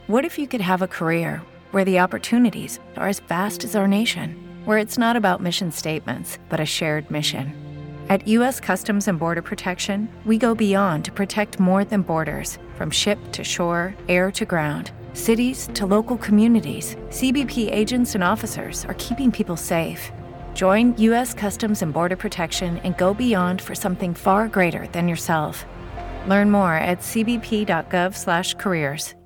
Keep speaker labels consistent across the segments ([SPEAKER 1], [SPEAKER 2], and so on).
[SPEAKER 1] What if you could have a career where the opportunities are as vast as our nation, where it's not about mission statements, but a shared mission? At U.S. Customs and Border Protection, we go beyond to protect more than borders, from ship to shore, air to ground, cities to local communities. CBP agents and officers are keeping people safe. Join U.S. Customs and Border Protection and go beyond for something far greater than yourself. Learn more at cbp.gov/careers.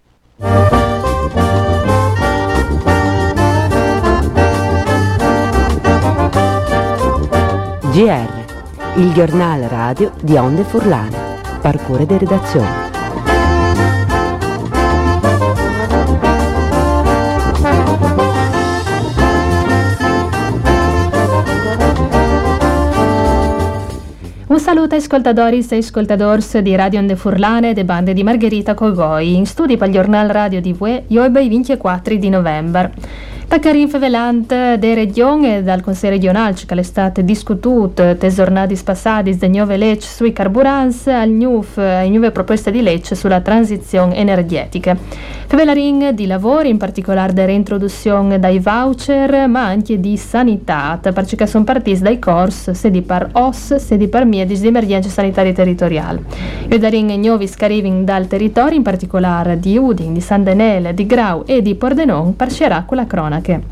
[SPEAKER 2] GR, il giornale radio di Onde Furlane. Parcure di redazione.
[SPEAKER 3] Un saluto ai ascoltatori e ascoltadors di Radio Onde Furlane e bande di Margherita Cogoi. In studi per il giornale radio di UE, iobe il 24 di novembre. Da Karim Fevelant de Regione e dal Consiglio regionale che è stato discututo tesornati passati da nuove leggi sui carburanti al nuove proposte di legge sulla transizione energetica. Fevelarin di lavori, in particolare da reintroduzione dai voucher, ma anche di sanità, perché sono partiti dai corsi sedi per OS, sedi per medici di emergenza sanitaria territoriale. Vedarin nuovi scariving dal territorio, in particolare di Udin, di San Denele, di Grau e di Pordenone, parcerà con la cronaca.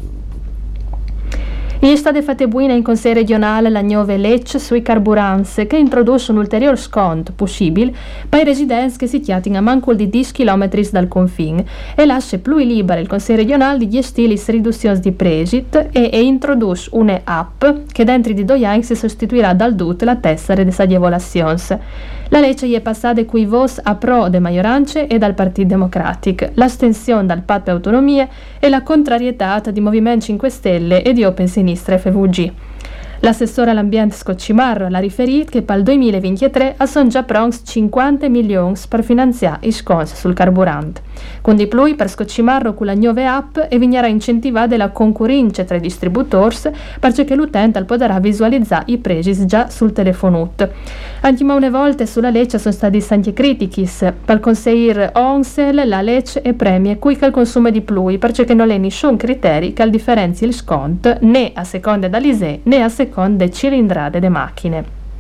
[SPEAKER 3] Gli è state fatte buone in Consiglio regionale la nuova legge sui carburanti che introduce un ulteriore sconto possibile per i residenti che si chiamano a manco di 10 km dal confine e lascia più libero il Consiglio regionale di gestire le riduzioni di prezzi e introduce un'app che dentro di 2 anni si sostituirà dal DUT la tessera di agevolazioni. La legge è passata qui vos a pro de maggioranze e dal Partito Democratico, l'astensione dal Patto Autonomie e la contrarietà di Movimento 5 Stelle e di Open Sinistra FVG. L'assessore all'ambiente Scoccimarro l'ha riferito che per il 2023 sono già pronti 50 milioni per finanziare i sconti sul carburante. Con di più, per Scoccimarro con la nuova app e vignerà incentivata la concorrenza tra i distributori perché l'utente potrà visualizzare i prezzi già sul telefonut. Anche una volta sulla legge sono stati anche critici. Per il consigliere Onsel la legge è premia cui che il consumo di più perché non è nessun criterio che differenzi il sconto né a seconda dall'ISE né a seconda delle cilindrate delle macchine.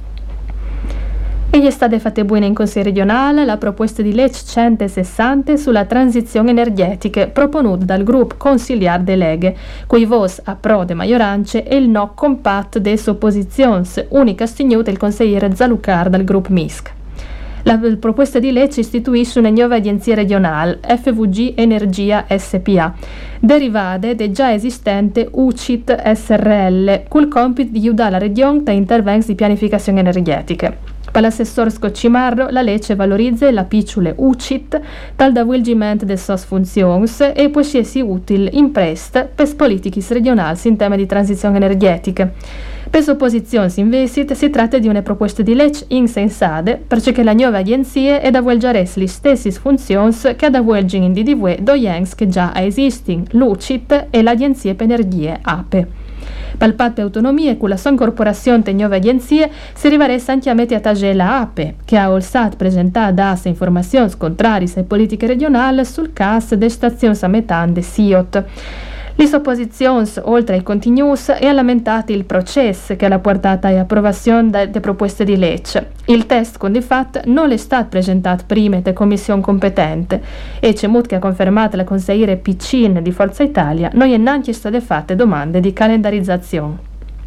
[SPEAKER 3] E gli è state fatte buone in Consiglio regionale la proposta di legge 160 sulla transizione energetica proponuta dal gruppo consigliare de Leghe, cui vos a pro de maggioranze e il no compatto des opposizions, unica stignuta il consigliere Zalucar dal gruppo MISC. La proposta di legge istituisce una nuova agenzia regionale, FVG Energia SPA, derivata del già esistente UCIT SRL, col compito di aiutare la regione a interventi di pianificazione energetica. Per l'assessore Scoccimarro, la legge valorizza la piccole UCIT dal avvolgimento delle sue funzioni e può essere utile in prest per politiche regionali in tema di transizione energetica. Per l'opposizione invece si tratta di una proposta di legge insensata perché la nuova agenzia è da avvolgere le stesse funzioni che da avvolgono in DDV 2 anni che già esistono, l'UCIT e l'Agenzia per Energie APE. Per il Patto Autonomie, con la sua incorporazione di nuove agenzie, si arriverà anche a mettere a tagere la APE, che ha olsato presentare dasse informazioni contrarie alle politiche regionali sul caso delle stazioni a metano di SIOT. Le opposizioni, oltre ai contenuti, hanno lamentato il processo che ha portato all'approvazione delle proposte di legge. Il testo, con di fatto, non è stato presentato prima da commissione competente e, cemut che ha confermato la consigliere Piccin di Forza Italia, non è neanche state fatte domande di calendarizzazione.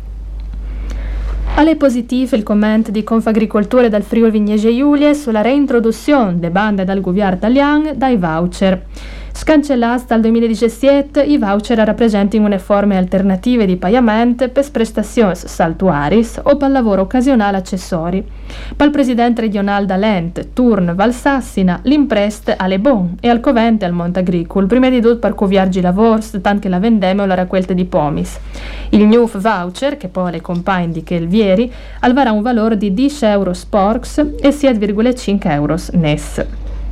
[SPEAKER 3] Alle positive il commento di Confagricoltura dal Friuli Venezia Giulia sulla reintroduzione delle bande dal governo italiano dai voucher. Scancellati dal 2017, i voucher rappresentano una forma alternativa di pagamento per prestazioni saltuarie o per lavoro occasionale accessori. Per il presidente regionale d'Alent, Turn Valsassina, l'imprest alle bon e al covente al Monte Agricolo, prima di tutto per coviargi lavori, tanto che la vendeme o la raccolta di pomis. Il new voucher, che poi le compagni di Chelvieri, alvarà un valore di 10 euro sporks e 7,5 euro NES.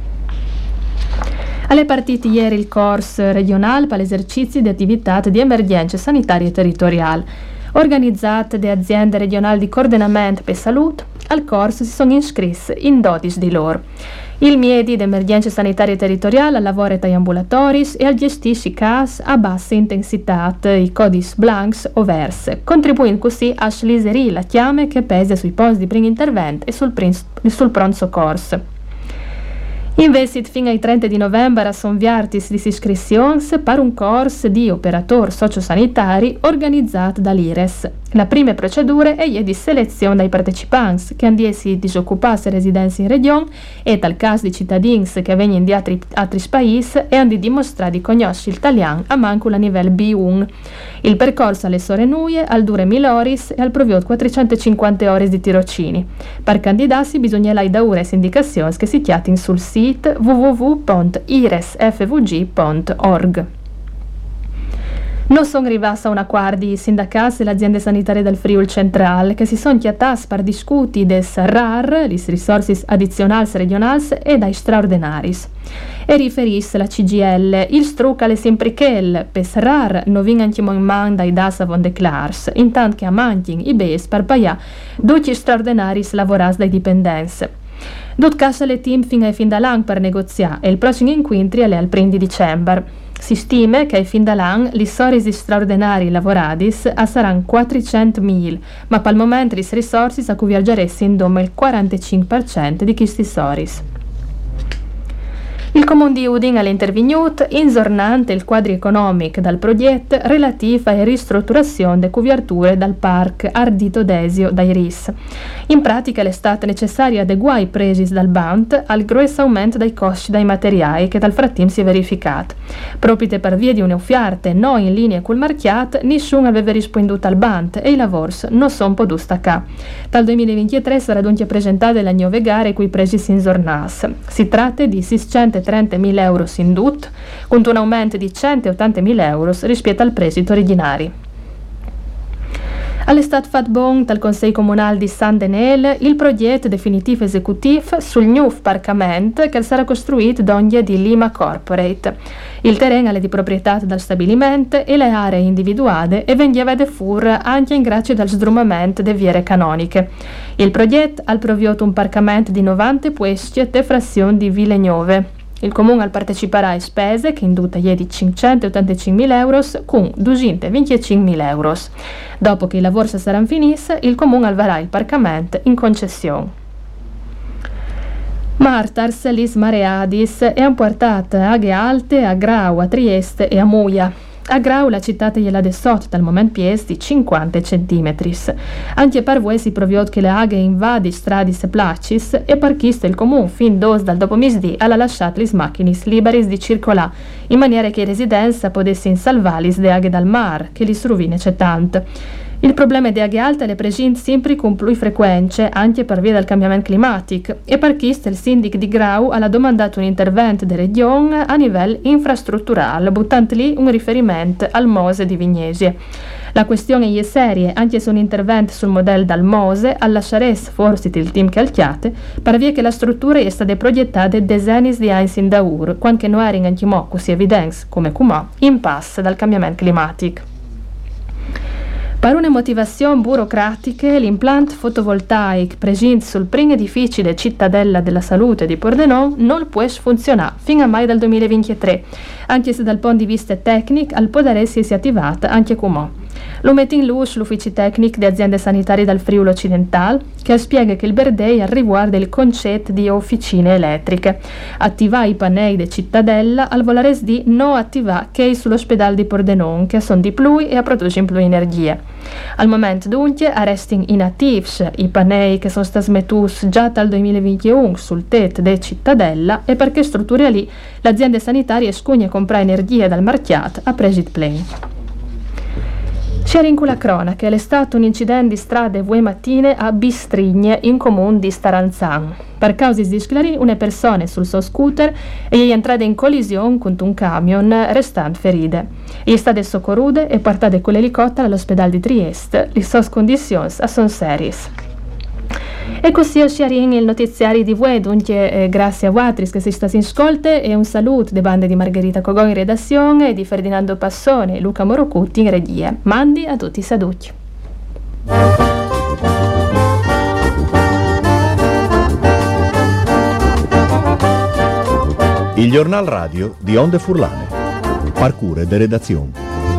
[SPEAKER 3] Alle partite ieri il corso regionale per l'esercizio di attività di emergenza sanitaria territoriale, organizzate da aziende regionali di coordinamento per salute. Al corso si sono iscritti in 12 di loro. Il Miedi d'emergenza sanitaria territoriale lavora ai ambulatoris e al gestisce casi a bassa intensità, i codis blancs o verse, contribuendo così a sliserire la chiame che pesa sui posti di primo intervento e sul pronto soccorso. Investit fino al 30 di novembre sono viartis di iscrizioni per un corso di operatori sociosanitari organizzato dall'IRES. La prima procedura è di selezione dai partecipanti che hanno si disoccuparsi residenza in regione e tal caso di cittadini che vengono di altri paesi e hanno dimostrato di conoscere l'italiano a manco a livello B1. Il percorso alle sore nuie, al dure 1000 ore e al provio 450 ore di tirocini. Per candidarsi bisogna da ore indicazioni che si chiamano sul sito www.iresfvg.org. Non sono arrivati a un accordo i sindacati delle aziende sanitarie del Friuli Centrale che si sono chiatati per discutere delle RAR, le risorse addizionali regionali e dai straordinari. E riferisse la CGL, il struc alle sempre che per RAR non vengono in man dai DAS von de Clars, intanto che a Mantin i BES per pagare 12 straordinari lavorati dai dipendenze. Dut cassa le team fin dall'anno per negoziare e il prossimo incontro è al 1 dicembre. Si stima che fin dall'anno le risorse straordinarie lavorate saranno 400.000, ma per il momento le risorse a cui viaggeresti in dome il 45% di questi risorse. Il Comune di Udine ha intervenuto insornante il quadro economico dal progetto relativo alla ristrutturazione delle coperture dal parco Ardito Desio dai RIS. In pratica è stato necessario adeguare i presi dal BANT al grosso aumento dei costi dei materiali che dal frattempo si è verificato. Proprio per via di un'offerta non in linea col mercato, nessuno aveva risponduto al BANT e i lavori non sono potuti staccare. Dal 2023 sarà dunque presentata la nuove gare cui presi si insornasse. Si tratta di 630.000 euro in tutto, con un aumento di 180.000 euro rispetto al prestito originario. All'estate fatto bon dal Consiglio Comunale di San Denel il progetto definitivo esecutivo sul nuovo parcamento che sarà costruito d'ogni di Lima Corporate. Il terreno è di proprietà del stabilimento e le aree individuate e vengono da fur anche in grazia del sdrumamento delle viere canoniche. Il progetto ha provviato un parcamento di 90 posti e frazione di Ville Nuove. Il Comune parteciperà a spese che in tutta è di 585.000 euro con 225.000 euro. Dopo che i lavori saranno finiti, il Comune alvarà il parcamento in concessione. Martars, lis mareadis è importata aghe alte a Grau, a Trieste e a Muia. A Grau la città gliela desot dal momento pies di 50 cm. Anche per voi si proviot che le aghe invadi stradis e placis e per chiste il comune fin dos dal dopo misdì alla lasciat lis macchinis liberis di circolà in maniera che i residenza potessin salvalis de aghe dal mar che li sruvine c'è tant. Il problema di aghe alte è presente sempre con più frequenze anche per via del cambiamento climatico e per questo il sindaco di Grau ha domandato un intervento della regione a livello infrastrutturale, buttando lì un riferimento al Mose di Vignesie. La questione è seria, anche se un intervento sul modello dal Mose lasceresse forse il team calchiate, per via che la struttura è stata progettata decenni di anni in daur, quando non era anche mo così evidente come com'è, in passo dal cambiamento climatico. Per una motivazione burocratica, l'impianto fotovoltaico presente sul primo edificio della Cittadella della Salute di Pordenone non può funzionare fino a mai del 2023, anche se dal punto di vista tecnico al poter essere attivata anche come. Lo mette in luce l'ufficio tecnico di aziende sanitarie del Friuli Occidentale, che spiega che il Berdei riguarda il concetto di officine elettriche. Attivare i pannelli di Cittadella al volare di non attivare che sull'ospedale di Pordenone, che sono di più e producono più energia. Al momento dunque restano inattivi i pannelli che sono stati smettuti già dal 2021 sul tetto di Cittadella e perché strutture lì l'azienda sanitaria scugna comprare energia dal mercato a presit plain. C'era in quella cronaca, è stato un incidente di strada due mattine a Bistrigne, in comune di Staranzan. Per cause di sclari, una persona sul suo scooter è entrata in collisione con un camion, restando ferite. È stata soccorruta e portata con l'elicottero all'ospedale di Trieste. Le sue condizioni sono serie. E così si arriva il notiziario di voi, dunque grazie a voi che si sta in ascolto e un saluto de bande di Margherita Cogò in redazione e di Ferdinando Passone e Luca Morocutti in regia. Mandi a tutti i saluti.
[SPEAKER 4] Il giornal radio di Onde Furlane. Parcure de redazione.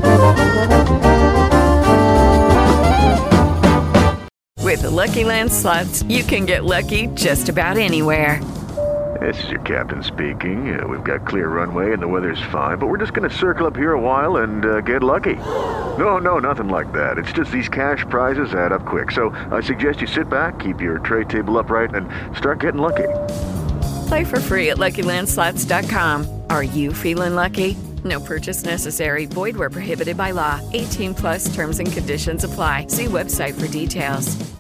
[SPEAKER 5] With the Lucky Land Slots, you can get lucky just about anywhere.
[SPEAKER 6] This is your captain speaking. We've got clear runway and the weather's fine, but we're just going to circle up here a while and get lucky. No, nothing like that. It's just these cash prizes add up quick. So I suggest you sit back, keep your tray table upright, and start getting lucky.
[SPEAKER 5] Play for free at LuckyLandSlots.com. Are you feeling lucky? No purchase necessary. Void where prohibited by law. 18+ terms and conditions apply. See website for details.